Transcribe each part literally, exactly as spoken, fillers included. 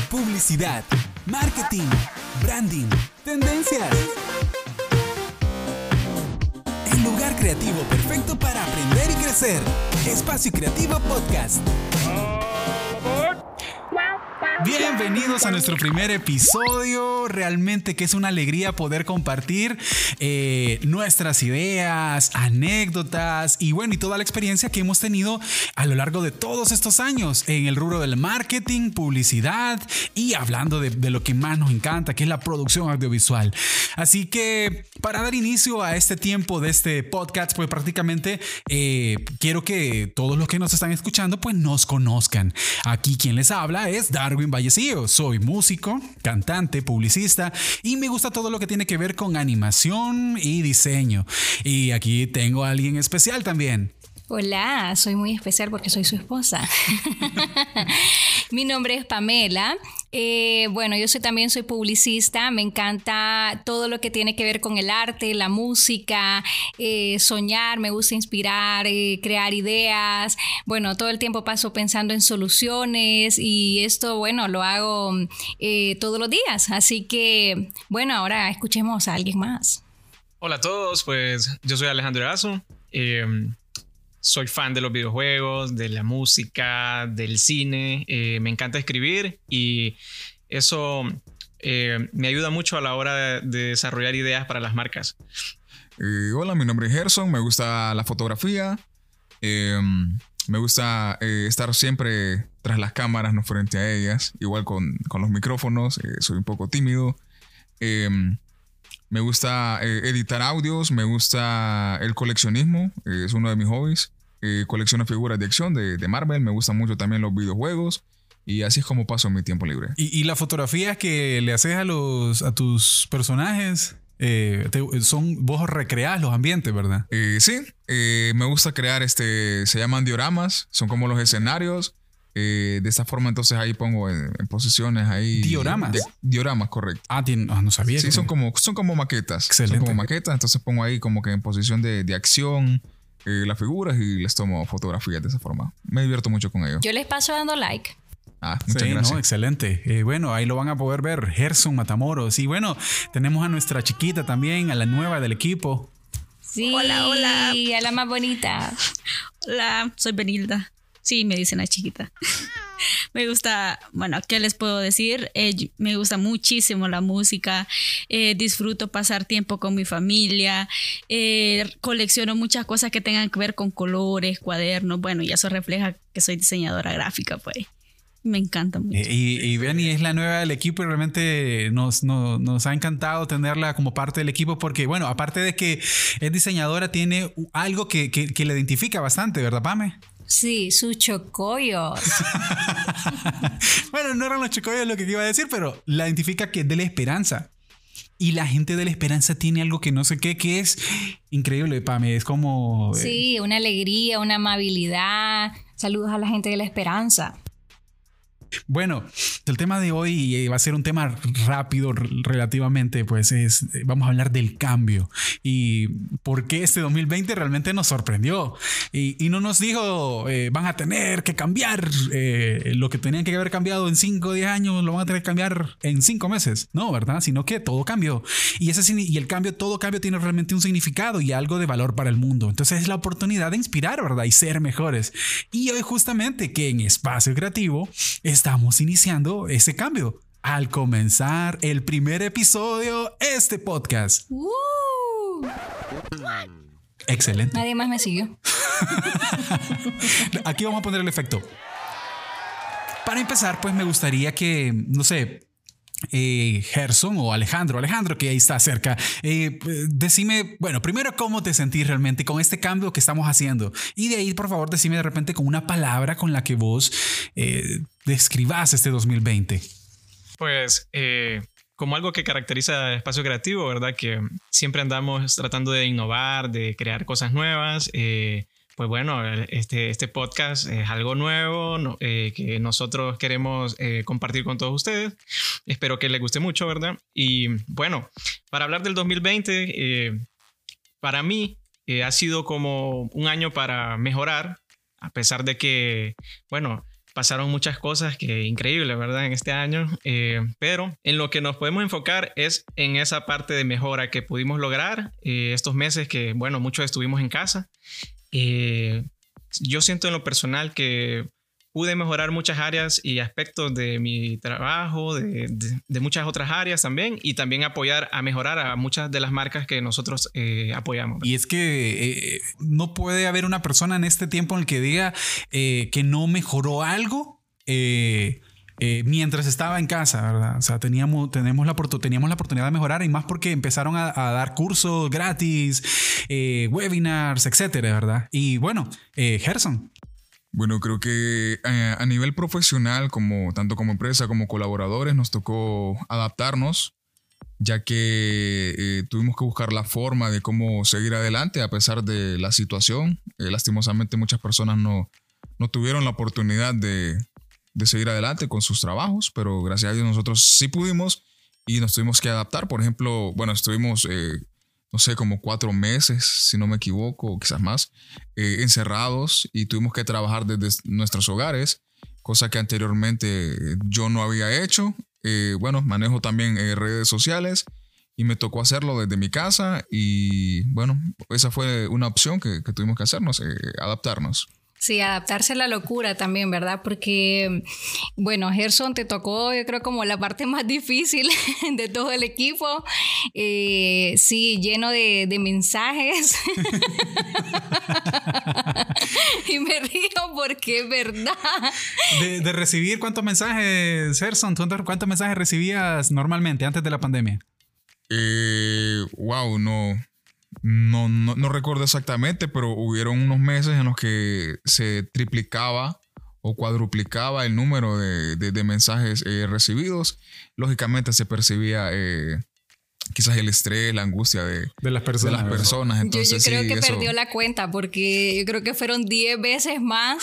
publicidad, marketing, branding, tendencias. El lugar creativo perfecto para aprender y crecer. Espacio Creativo Podcast. Bienvenidos a nuestro primer episodio. Realmente que es una alegría poder compartir eh, nuestras ideas, anécdotas y bueno, y toda la experiencia que hemos tenido a lo largo de todos estos años en el rubro del marketing, publicidad y hablando de, de lo que más nos encanta, que es la producción audiovisual. Así que para dar inicio a este tiempo de este podcast, pues prácticamente eh, quiero que todos los que nos están escuchando pues nos conozcan. Aquí quien les habla es Darwin Vallecillo. Soy músico, cantante, publicista y me gusta todo lo que tiene que ver con animación y diseño. Y aquí tengo a alguien especial también. Hola, soy muy especial porque soy su esposa. Mi nombre es Pamela. Eh, bueno, yo soy, también soy publicista. Me encanta todo lo que tiene que ver con el arte, la música, eh, soñar. Me gusta inspirar, eh, crear ideas. Bueno, todo el tiempo paso pensando en soluciones y esto, bueno, lo hago eh, todos los días. Así que, bueno, ahora escuchemos a alguien más. Hola a todos, pues yo soy Alejandro Erazo. Eh, Soy fan de los videojuegos, de la música, del cine. Eh, me encanta escribir y eso eh, me ayuda mucho a la hora de, de desarrollar ideas para las marcas. Eh, hola, mi nombre es Gerson. Me gusta la fotografía. Eh, me gusta eh, estar siempre tras las cámaras, no frente a ellas. Igual con, con los micrófonos. Eh, soy un poco tímido. Eh, Me gusta eh, editar audios, me gusta el coleccionismo, eh, es uno de mis hobbies. Eh, colecciono figuras de acción de, de Marvel, me gustan mucho también los videojuegos y así es como paso mi tiempo libre. ¿Y, y las fotografías que le haces a, los, a tus personajes? Eh, te, son, vos recreás los ambientes, ¿verdad? Eh, sí, eh, me gusta crear, este, se llaman dioramas, son como los escenarios. Eh, de esta forma entonces ahí pongo en, en posiciones ahí dioramas de, dioramas, correcto. Ah, tiene, oh, no sabía. Sí, son como, son como maquetas. Excelente. Son como maquetas, entonces pongo ahí como que en posición de, de acción eh, las figuras y les tomo fotografías de esa forma. Me divierto mucho con ello. Yo les paso dando like. Ah, muchas sí, gracias. No, excelente. Eh, bueno, ahí lo van a poder ver. Gerson Matamoros. Y bueno, tenemos a nuestra chiquita también, a la nueva del equipo. Sí, hola, hola. A la más bonita. Hola, soy Benilda. Sí, me dicen la chiquita. Me gusta, bueno, ¿qué les puedo decir? Eh, me gusta muchísimo la música, eh, disfruto pasar tiempo con mi familia, eh, colecciono muchas cosas que tengan que ver con colores, cuadernos, bueno, y eso refleja que soy diseñadora gráfica, pues. Me encanta mucho. Eh, y, y Benny es la nueva del equipo y realmente nos, nos, nos ha encantado tenerla como parte del equipo porque, bueno, aparte de que es diseñadora, tiene algo que, que, que le identifica bastante, ¿verdad, Pame? Sí, sus chocollos. Bueno, no eran los chocollos lo que iba a decir, pero la identifica que es de la esperanza. Y la gente de la esperanza tiene algo que no sé qué, que es increíble, Pame. Es como... Eh... Sí, una alegría, una amabilidad. Saludos a la gente de la esperanza. Bueno, el tema de hoy va a ser un tema rápido relativamente, pues es, vamos a hablar del cambio y por qué este dos mil veinte realmente nos sorprendió y, y no nos dijo eh, van a tener que cambiar eh, lo que tenían que haber cambiado en cinco o diez años, lo van a tener que cambiar en cinco meses, no, ¿verdad? Sino que todo cambió y, ese, y el cambio, todo cambio tiene realmente un significado y algo de valor para el mundo, entonces es la oportunidad de inspirar, ¿verdad? Y ser mejores y hoy justamente que en Espacio Creativo es estamos iniciando ese cambio al comenzar el primer episodio de este podcast. Uh. Excelente. Nadie más me siguió. Aquí vamos a poner el efecto. Para empezar, pues me gustaría que, no sé, eh, Gerson o Alejandro, Alejandro que ahí está cerca, eh, decime, bueno, primero cómo te sentís realmente con este cambio que estamos haciendo y de ahí por favor decime de repente con una palabra con la que vos eh, describas este dos mil veinte. Pues eh, como algo que caracteriza a Espacio Creativo, ¿verdad? Que siempre andamos tratando de innovar, de crear cosas nuevas. Eh, pues bueno, este, este podcast es algo nuevo no, eh, que nosotros queremos eh, compartir con todos ustedes. Espero que les guste mucho, ¿verdad? Y bueno, para hablar del dos mil veinte, eh, para mí eh, ha sido como un año para mejorar, a pesar de que, bueno, pasaron muchas cosas que increíbles, ¿verdad? En este año, eh, pero en lo que nos podemos enfocar es en esa parte de mejora que pudimos lograr eh, estos meses que, bueno, muchos estuvimos en casa. Eh, yo siento en lo personal que pude mejorar muchas áreas y aspectos de mi trabajo, de, de, de muchas otras áreas también, y también apoyar a mejorar a muchas de las marcas que nosotros eh, apoyamos. Y es que eh, no puede haber una persona en este tiempo en el que diga eh, que no mejoró algo eh, eh, mientras estaba en casa, ¿verdad? O sea, teníamos, tenemos la, teníamos la oportunidad de mejorar, y más porque empezaron a, a dar cursos gratis, eh, webinars, etcétera, ¿verdad? Y bueno, eh, Gerson. Bueno, creo que eh, a nivel profesional, como, tanto como empresa como colaboradores, nos tocó adaptarnos, ya que eh, tuvimos que buscar la forma de cómo seguir adelante a pesar de la situación. Eh, lastimosamente muchas personas no, no tuvieron la oportunidad de, de seguir adelante con sus trabajos, pero gracias a Dios nosotros sí pudimos y nos tuvimos que adaptar. Por ejemplo, bueno, estuvimos... Eh, no sé, como cuatro meses, si no me equivoco, o quizás más, eh, encerrados, y tuvimos que trabajar desde nuestros hogares, cosa que anteriormente yo no había hecho. Eh, bueno, manejo también eh, redes sociales y me tocó hacerlo desde mi casa, y bueno, esa fue una opción que, que tuvimos que hacernos, eh, adaptarnos. Sí, adaptarse a la locura también, ¿verdad? Porque, bueno, Gerson, te tocó, yo creo, como la parte más difícil de todo el equipo. Eh, sí, lleno de, de mensajes. Y me río porque es verdad. De, de recibir, ¿cuántos mensajes, Gerson? ¿Cuántos mensajes recibías normalmente antes de la pandemia? Eh, wow, no... No, no, no recuerdo exactamente, pero hubieron unos meses en los que se triplicaba o cuadruplicaba el número de, de, de mensajes eh, recibidos. Lógicamente se percibía eh, quizás el estrés, la angustia de, de las personas. De las personas. Entonces, yo, yo creo sí, que eso... perdió la cuenta, porque yo creo que fueron diez veces más.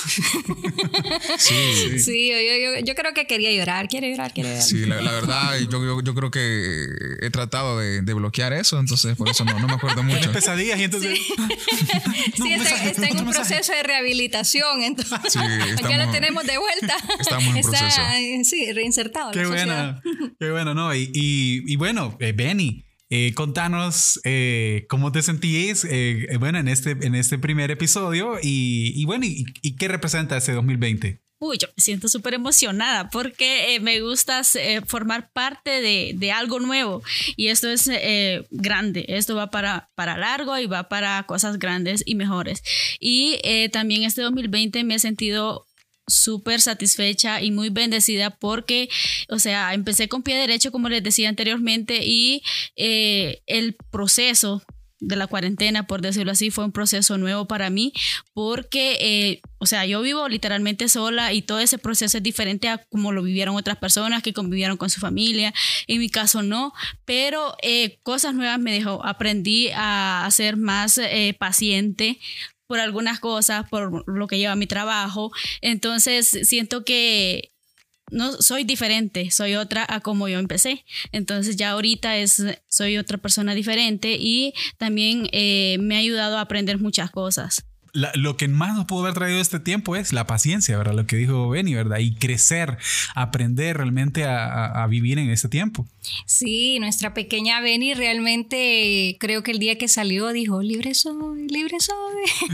Sí, sí yo, yo, yo creo que quería llorar, quiere llorar, quiere llorar. Sí, la, la verdad, yo, yo, yo creo que he tratado de, de bloquear eso, entonces por eso no, no me acuerdo mucho. Tienes pesadillas y entonces... Sí, no, sí está, mensaje, está en un mensaje. proceso de rehabilitación, entonces Sí, estamos, ya lo tenemos de vuelta. Estamos en está, proceso. Sí, reinsertado. Qué buena, qué bueno, ¿no? Y, y, y bueno, eh, Benny, Eh, contanos eh, cómo te sentís eh, bueno, en este, en este primer episodio y, y bueno, y, y qué representa ese dos mil veinte. Uy, yo me siento súper emocionada porque eh, me gusta eh, formar parte de, de algo nuevo, y esto es eh, grande, esto va para, para largo y va para cosas grandes y mejores. Y eh, también este dos mil veinte me he sentido súper satisfecha y muy bendecida porque, o sea, empecé con pie derecho, como les decía anteriormente, y eh, el proceso de la cuarentena, por decirlo así, fue un proceso nuevo para mí porque, eh, o sea, yo vivo literalmente sola y todo ese proceso es diferente a como lo vivieron otras personas que convivieron con su familia. En mi caso no, pero eh, cosas nuevas me dejó. Aprendí a ser más eh, paciente por algunas cosas, por lo que lleva mi trabajo. Entonces siento que no soy diferente, soy otra a como yo empecé. Entonces ya ahorita es, soy otra persona diferente, y también eh, me ha ayudado a aprender muchas cosas. La, lo que más nos pudo haber traído este tiempo es la paciencia, ¿verdad? Lo que dijo Benny, ¿verdad? Y crecer, aprender realmente a, a, a vivir en este tiempo. Sí, nuestra pequeña Benny realmente, creo que el día que salió dijo, libre soy, libre soy.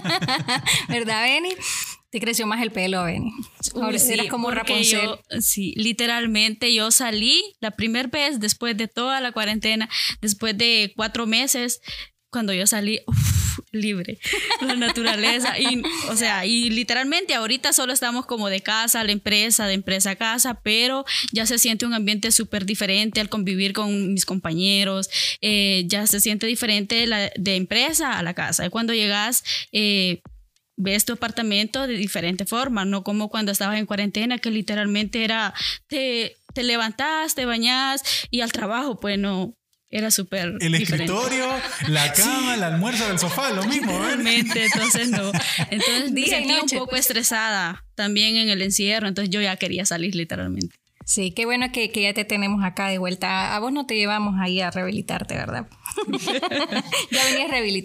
¿Verdad, Benny? Te creció más el pelo, Benny. Ahora sí, eras como Rapunzel. Yo, sí, literalmente yo salí la primera vez después de toda la cuarentena, después de cuatro meses, cuando yo salí, uf, libre, la naturaleza, y, o sea, y literalmente ahorita solo estamos como de casa a la empresa, de empresa a casa, pero ya se siente un ambiente súper diferente al convivir con mis compañeros, eh, ya se siente diferente la, de empresa a la casa. Y cuando llegas, eh, ves tu apartamento de diferente forma, no como cuando estabas en cuarentena, que literalmente era, te, te levantás, te bañás y al trabajo, pues no. Era súper El diferente. Escritorio, la cama, sí. El almuerzo del sofá, lo mismo. Realmente, entonces no. Entonces me sentí un poco pues. estresada también en el encierro, entonces yo ya quería salir literalmente. Sí, qué bueno que, que ya te tenemos acá de vuelta. A vos no te llevamos ahí a rehabilitarte, ¿verdad? Ya venías rehabilitada.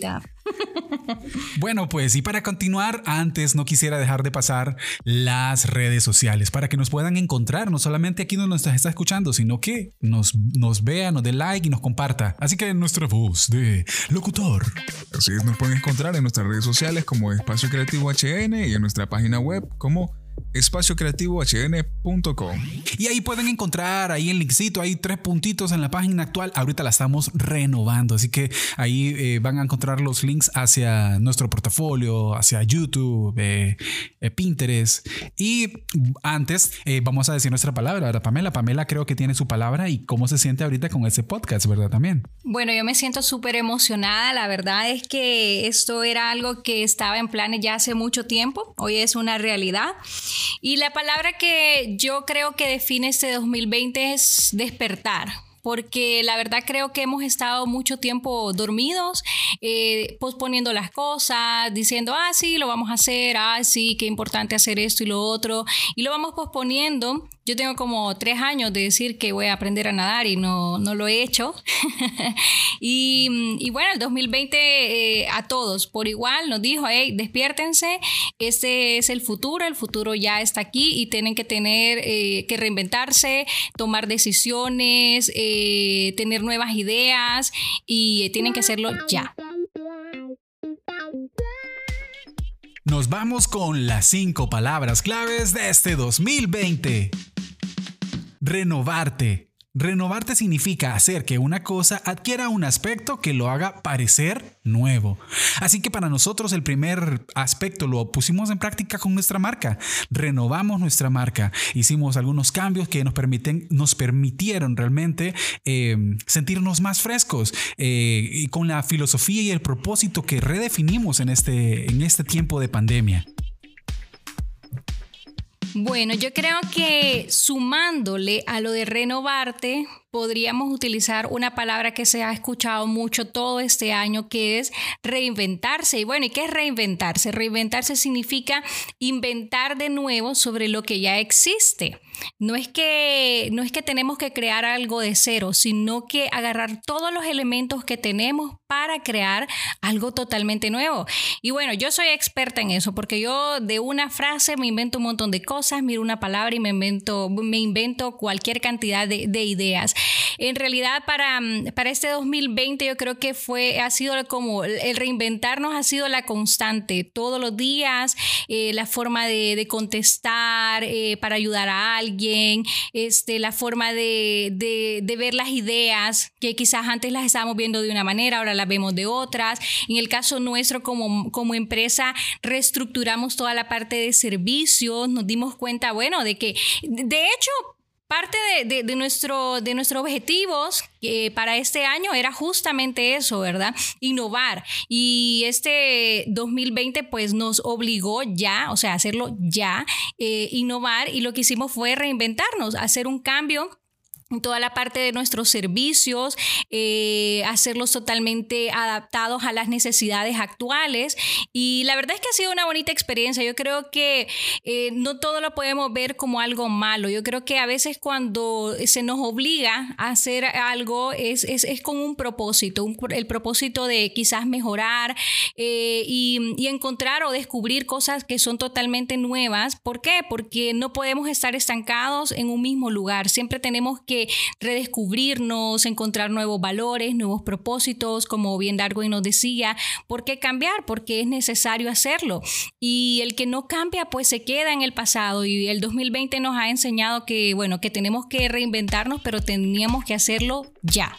Bueno, pues y para continuar, antes no quisiera dejar de pasar las redes sociales para que nos puedan encontrar, no solamente aquí donde nos está escuchando, sino que nos, nos vea, nos dé like y nos comparta. Así que nuestra voz de locutor. Así es, nos pueden encontrar en nuestras redes sociales como Espacio Creativo H N y en nuestra página web como espacio creativo h n punto com. Y ahí pueden encontrar ahí el linkcito, hay tres puntitos en la página actual. Ahorita la estamos renovando, así que ahí eh, van a encontrar los links hacia nuestro portafolio, hacia YouTube, eh, eh, Pinterest. Y antes eh, vamos a decir nuestra palabra, ¿verdad, Pamela? Pamela creo que tiene su palabra y cómo se siente ahorita con ese podcast, ¿verdad? También. Bueno, yo me siento súper emocionada. La verdad es que esto era algo que estaba en planes ya hace mucho tiempo. Hoy es una realidad. Y la palabra que yo creo que define este dos mil veinte es despertar. Porque la verdad creo que hemos estado mucho tiempo dormidos, eh, posponiendo las cosas, diciendo, ah, sí, lo vamos a hacer, ah, sí, qué importante hacer esto y lo otro, y lo vamos posponiendo. Yo tengo como tres años de decir que voy a aprender a nadar y no, no lo he hecho. y, y bueno, el dos mil veinte eh, a todos por igual nos dijo, hey, despiértense, este es el futuro, el futuro ya está aquí y tienen que tener eh, que reinventarse, tomar decisiones, eh, tener nuevas ideas y eh, tienen que hacerlo ya. Nos vamos con las cinco palabras claves de este dos mil veinte. Renovarte. Renovarte significa hacer que una cosa adquiera un aspecto que lo haga parecer nuevo. Así que para nosotros el primer aspecto lo pusimos en práctica con nuestra marca. Renovamos nuestra marca. Hicimos algunos cambios que nos, permiten, nos permitieron realmente eh, sentirnos más frescos eh, y con la filosofía y el propósito que redefinimos en este, en este tiempo de pandemia. Bueno, yo creo que sumándole a lo de renovarte, podríamos utilizar una palabra que se ha escuchado mucho todo este año, que es reinventarse. Y bueno, ¿y qué es reinventarse? Reinventarse significa inventar de nuevo sobre lo que ya existe. No es que, no es que tenemos que crear algo de cero, sino que agarrar todos los elementos que tenemos para crear algo totalmente nuevo. Y bueno, yo soy experta en eso porque yo de una frase me invento un montón de cosas, miro una palabra y me invento, me invento cualquier cantidad de, de ideas. En realidad para, para este dos mil veinte yo creo que fue, ha sido como el reinventarnos ha sido la constante todos los días, eh, la forma de, de contestar eh, para ayudar a alguien, este, la forma de, de, de ver las ideas que quizás antes las estábamos viendo de una manera, ahora las vemos de otras. En el caso nuestro como, como empresa reestructuramos toda la parte de servicios, nos dimos cuenta, bueno, de que de hecho parte de, de, de, nuestro, de nuestros objetivos eh, para este año era justamente eso, ¿verdad? Innovar. Y este dos mil veinte pues nos obligó ya, o sea, hacerlo ya, eh, innovar, y lo que hicimos fue reinventarnos, hacer un cambio en toda la parte de nuestros servicios, eh, hacerlos totalmente adaptados a las necesidades actuales. Y la verdad es que ha sido una bonita experiencia. Yo creo que eh, no todo lo podemos ver como algo malo. Yo creo que a veces cuando se nos obliga a hacer algo es, es, es con un propósito, un, el propósito de quizás mejorar eh, y, y encontrar o descubrir cosas que son totalmente nuevas. ¿Por qué? Porque no podemos estar estancados en un mismo lugar. Siempre tenemos que redescubrirnos, encontrar nuevos valores, nuevos propósitos, como bien Darwin nos decía. ¿Por qué cambiar? Porque es necesario hacerlo. Y el que no cambia, pues se queda en el pasado. Y el dos mil veinte nos ha enseñado que, bueno, que tenemos que reinventarnos, pero teníamos que hacerlo ya.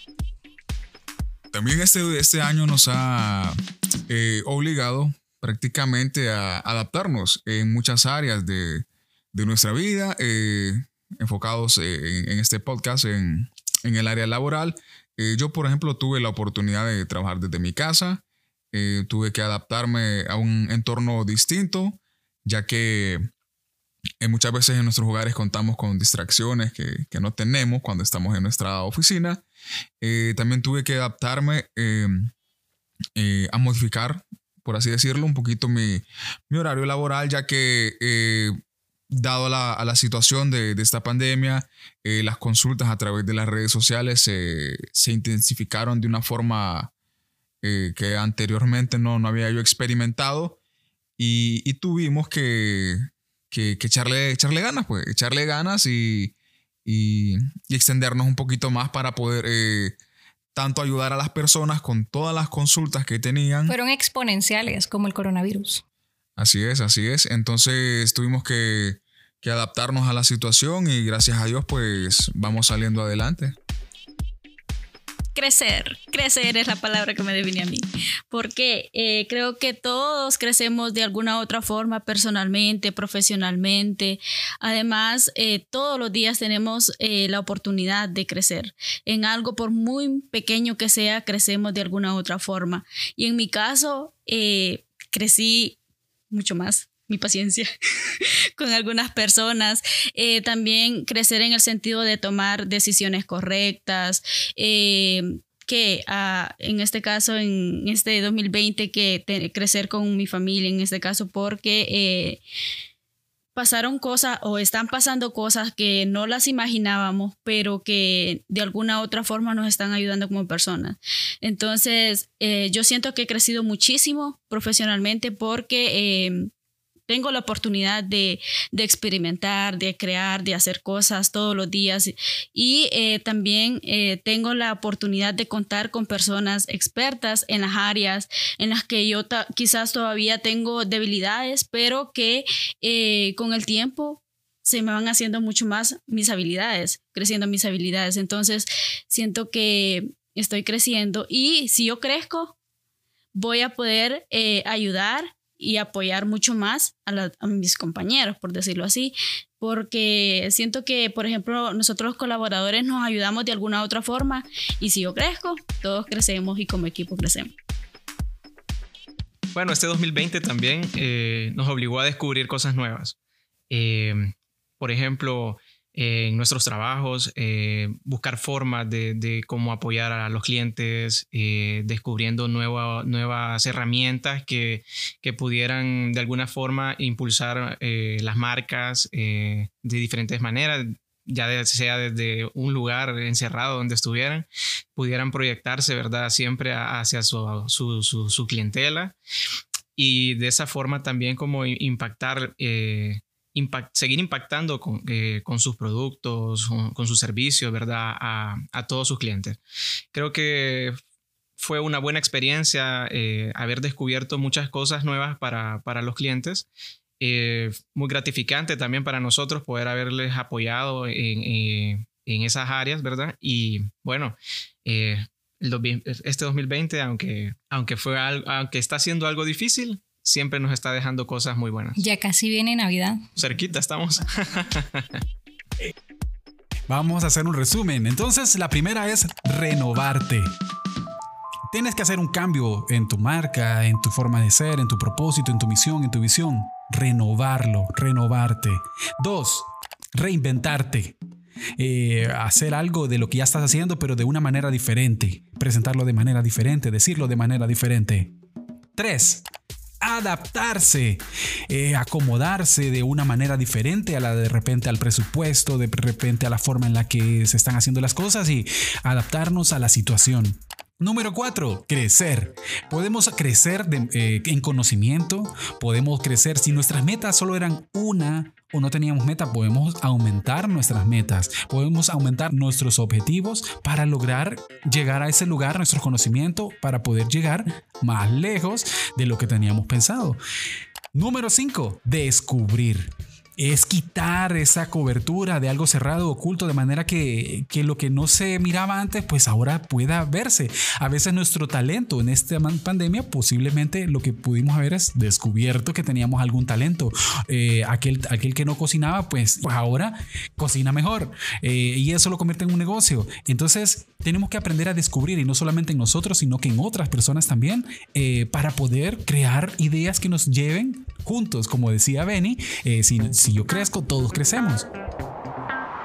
También este, este año nos ha eh, obligado prácticamente a adaptarnos en muchas áreas de, de nuestra vida, eh, enfocados en, en este podcast en, en el área laboral. Eh, yo, por ejemplo, tuve la oportunidad de trabajar desde mi casa. Eh, tuve que adaptarme a un entorno distinto, ya que eh, muchas veces en nuestros hogares contamos con distracciones que, que no tenemos cuando estamos en nuestra oficina. Eh, también tuve que adaptarme eh, eh, a modificar, por así decirlo, un poquito mi, mi horario laboral, ya que eh, dado a la, a la situación de, de esta pandemia, eh, las consultas a través de las redes sociales eh, se intensificaron de una forma eh, que anteriormente no, no había yo experimentado y, y tuvimos que, que, que echarle, echarle ganas, pues, echarle ganas y, y, y extendernos un poquito más para poder eh, tanto ayudar a las personas con todas las consultas que tenían. Fueron exponenciales como el coronavirus. Así es, así es. Entonces tuvimos que, que adaptarnos a la situación y gracias a Dios pues vamos saliendo adelante. Crecer, crecer es la palabra que me define a mí, porque eh, creo que todos crecemos de alguna u otra forma, personalmente, profesionalmente. Además, eh, todos los días tenemos eh, la oportunidad de crecer en algo, por muy pequeño que sea, crecemos de alguna u otra forma. Y en mi caso, eh, crecí mucho más. Mi paciencia con algunas personas, eh, también crecer en el sentido de tomar decisiones correctas, eh, que uh, en este caso, en este dos mil veinte, que te, crecer con mi familia, en este caso, porque eh, pasaron cosas o están pasando cosas que no las imaginábamos, pero que de alguna u otra forma nos están ayudando como personas. Entonces, eh, yo siento que he crecido muchísimo profesionalmente porque eh, tengo la oportunidad de, de experimentar, de crear, de hacer cosas todos los días y eh, también eh, tengo la oportunidad de contar con personas expertas en las áreas en las que yo ta- quizás todavía tengo debilidades, pero que eh, con el tiempo se me van haciendo mucho más mis habilidades, creciendo mis habilidades. Entonces siento que estoy creciendo y si yo crezco voy a poder eh, ayudar y apoyar mucho más a, la, a mis compañeros, por decirlo así, porque siento que, por ejemplo, nosotros los colaboradores nos ayudamos de alguna u otra forma y si yo crezco, todos crecemos y como equipo crecemos. Bueno, este dos mil veinte también eh, nos obligó a descubrir cosas nuevas. Eh, por ejemplo, eh, en nuestros trabajos, eh, buscar formas de, de cómo apoyar a los clientes, eh, descubriendo nueva, nuevas herramientas que, que pudieran de alguna forma impulsar eh, las marcas eh, de diferentes maneras, ya de, sea desde un lugar encerrado donde estuvieran, pudieran proyectarse, ¿verdad?, siempre hacia su, su, su, su clientela y de esa forma también como impactar eh, Impact, seguir impactando con, eh, con sus productos, con, con sus servicios, ¿verdad?, a, a todos sus clientes. Creo que fue una buena experiencia eh, haber descubierto muchas cosas nuevas para, para los clientes. Eh, muy gratificante también para nosotros poder haberles apoyado en, eh, en esas áreas, ¿verdad? Y bueno, eh, el, este dos mil veinte, aunque, aunque, fue algo, aunque está siendo algo difícil, siempre nos está dejando cosas muy buenas. Ya casi viene Navidad. Cerquita estamos. Vamos a hacer un resumen. Entonces, la primera es renovarte. Tienes que hacer un cambio en tu marca, en tu forma de ser, en tu propósito, en tu misión, en tu visión. Renovarlo, renovarte. Dos, reinventarte. Eh, hacer algo de lo que ya estás haciendo, pero de una manera diferente. Presentarlo de manera diferente, decirlo de manera diferente. Tres, adaptarse, eh, acomodarse de una manera diferente a la de repente al presupuesto, de repente a la forma en la que se están haciendo las cosas y adaptarnos a la situación. Número cuatro, crecer. Podemos crecer de, eh, en conocimiento, podemos crecer si nuestras metas solo eran una o no teníamos meta, podemos aumentar nuestras metas, podemos aumentar nuestros objetivos para lograr llegar a ese lugar, nuestro conocimiento, para poder llegar más lejos de lo que teníamos pensado. Número cinco, descubrir. Es quitar esa cobertura de algo cerrado, oculto, de manera que, que lo que no se miraba antes, pues ahora pueda verse. A veces nuestro talento en esta pandemia, posiblemente lo que pudimos haber es descubierto que teníamos algún talento. Eh, aquel, aquel que no cocinaba, pues, pues ahora cocina mejor. Eh, y eso lo convierte en un negocio. Entonces, tenemos que aprender a descubrir, y no solamente en nosotros, sino que en otras personas también, eh, para poder crear ideas que nos lleven juntos. Como decía Benny, eh, si, si yo crezco, todos crecemos.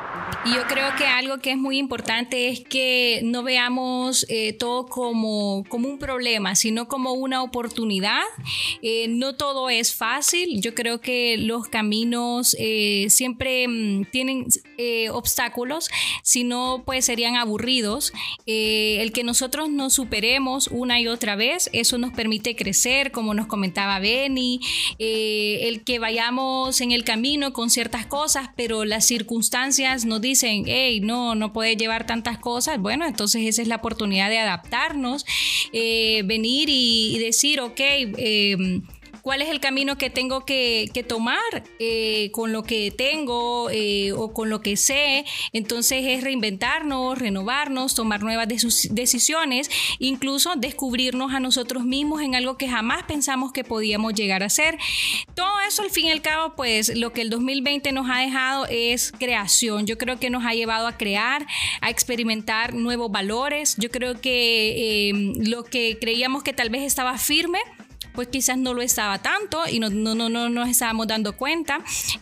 Y yo creo que algo que es muy importante es que no veamos eh, todo como, como un problema, sino como una oportunidad. Eh, no todo es fácil. Yo creo que los caminos eh, siempre mm, tienen eh, obstáculos, si no, pues serían aburridos. Eh, el que nosotros nos superemos una y otra vez, eso nos permite crecer, como nos comentaba Benny. Eh, el que vayamos en el camino con ciertas cosas, pero las circunstancias nos dicen, hey, no, no puedes llevar tantas cosas. Bueno, entonces esa es la oportunidad de adaptarnos, eh, venir y, y decir, ok, eh, ¿cuál es el camino que tengo que, que tomar eh, con lo que tengo eh, o con lo que sé? Entonces es reinventarnos, renovarnos, tomar nuevas de- decisiones, incluso descubrirnos a nosotros mismos en algo que jamás pensamos que podíamos llegar a ser. Todo eso, al fin y al cabo, pues lo que el dos mil veinte nos ha dejado es creación. Yo creo que nos ha llevado a crear, a experimentar nuevos valores. Yo creo que eh, lo que creíamos que tal vez estaba firme, pues quizás no lo estaba tanto y no, no, no, no nos estábamos dando cuenta.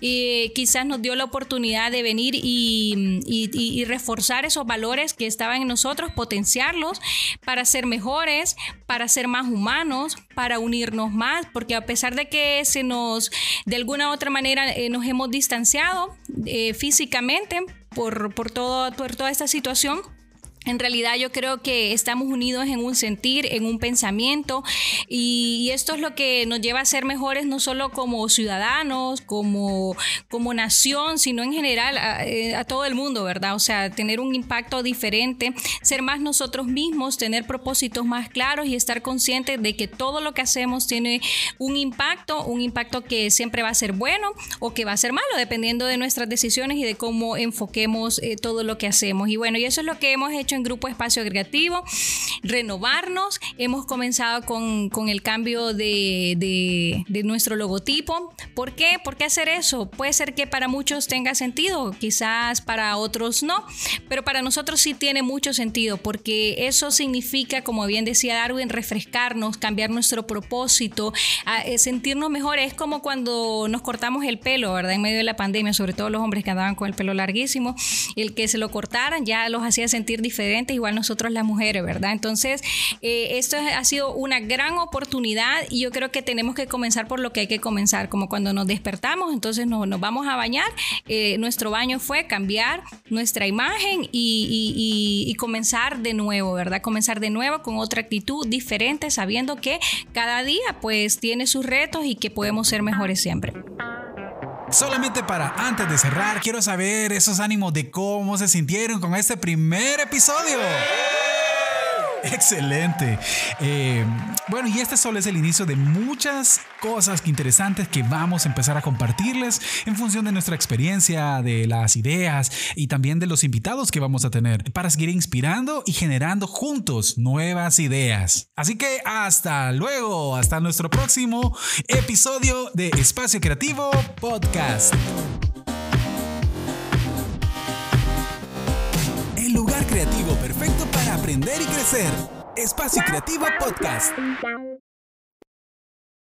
Y quizás nos dio la oportunidad de venir y, y, y reforzar esos valores que estaban en nosotros, potenciarlos para ser mejores, para ser más humanos, para unirnos más, porque a pesar de que se nos, de alguna u otra manera, eh, nos hemos distanciado eh, físicamente por, por, todo, por toda esta situación, en realidad yo creo que estamos unidos en un sentir, en un pensamiento, y, y esto es lo que nos lleva a ser mejores no solo como ciudadanos, como, como nación, sino en general a, a todo el mundo, ¿verdad? O sea, tener un impacto diferente, ser más nosotros mismos, tener propósitos más claros y estar conscientes de que todo lo que hacemos tiene un impacto, un impacto que siempre va a ser bueno o que va a ser malo, dependiendo de nuestras decisiones y de cómo enfoquemos eh, todo lo que hacemos. Y bueno, y eso es lo que hemos hecho en Grupo Espacio Creativo, renovarnos. Hemos comenzado con, con el cambio de, de, de nuestro logotipo. ¿Por qué? ¿Por qué hacer eso? Puede ser que para muchos tenga sentido, quizás para otros no, pero para nosotros sí tiene mucho sentido, porque eso significa, como bien decía Darwin, refrescarnos, cambiar nuestro propósito, a, a sentirnos mejor. Es como cuando nos cortamos el pelo, ¿verdad? En medio de la pandemia, sobre todo los hombres que andaban con el pelo larguísimo, el que se lo cortaran ya los hacía sentir diferentes, igual nosotros las mujeres, ¿verdad? Entonces, eh, esto ha sido una gran oportunidad y yo creo que tenemos que comenzar por lo que hay que comenzar, como cuando nos despertamos, entonces nos, nos vamos a bañar. Eh, nuestro baño fue cambiar nuestra imagen y, y, y, y comenzar de nuevo, ¿verdad? Comenzar de nuevo con otra actitud diferente, sabiendo que cada día pues tiene sus retos y que podemos ser mejores siempre. Solamente para antes de cerrar, quiero saber esos ánimos de cómo se sintieron con este primer episodio. Excelente. Eh, bueno, y este solo es el inicio de muchas cosas interesantes que vamos a empezar a compartirles en función de nuestra experiencia, de las ideas y también de los invitados que vamos a tener para seguir inspirando y generando juntos nuevas ideas. Así que hasta luego, hasta nuestro próximo episodio de Espacio Creativo Podcast. El lugar creativo perfecto para aprender y crecer. Espacio Creativo Podcast.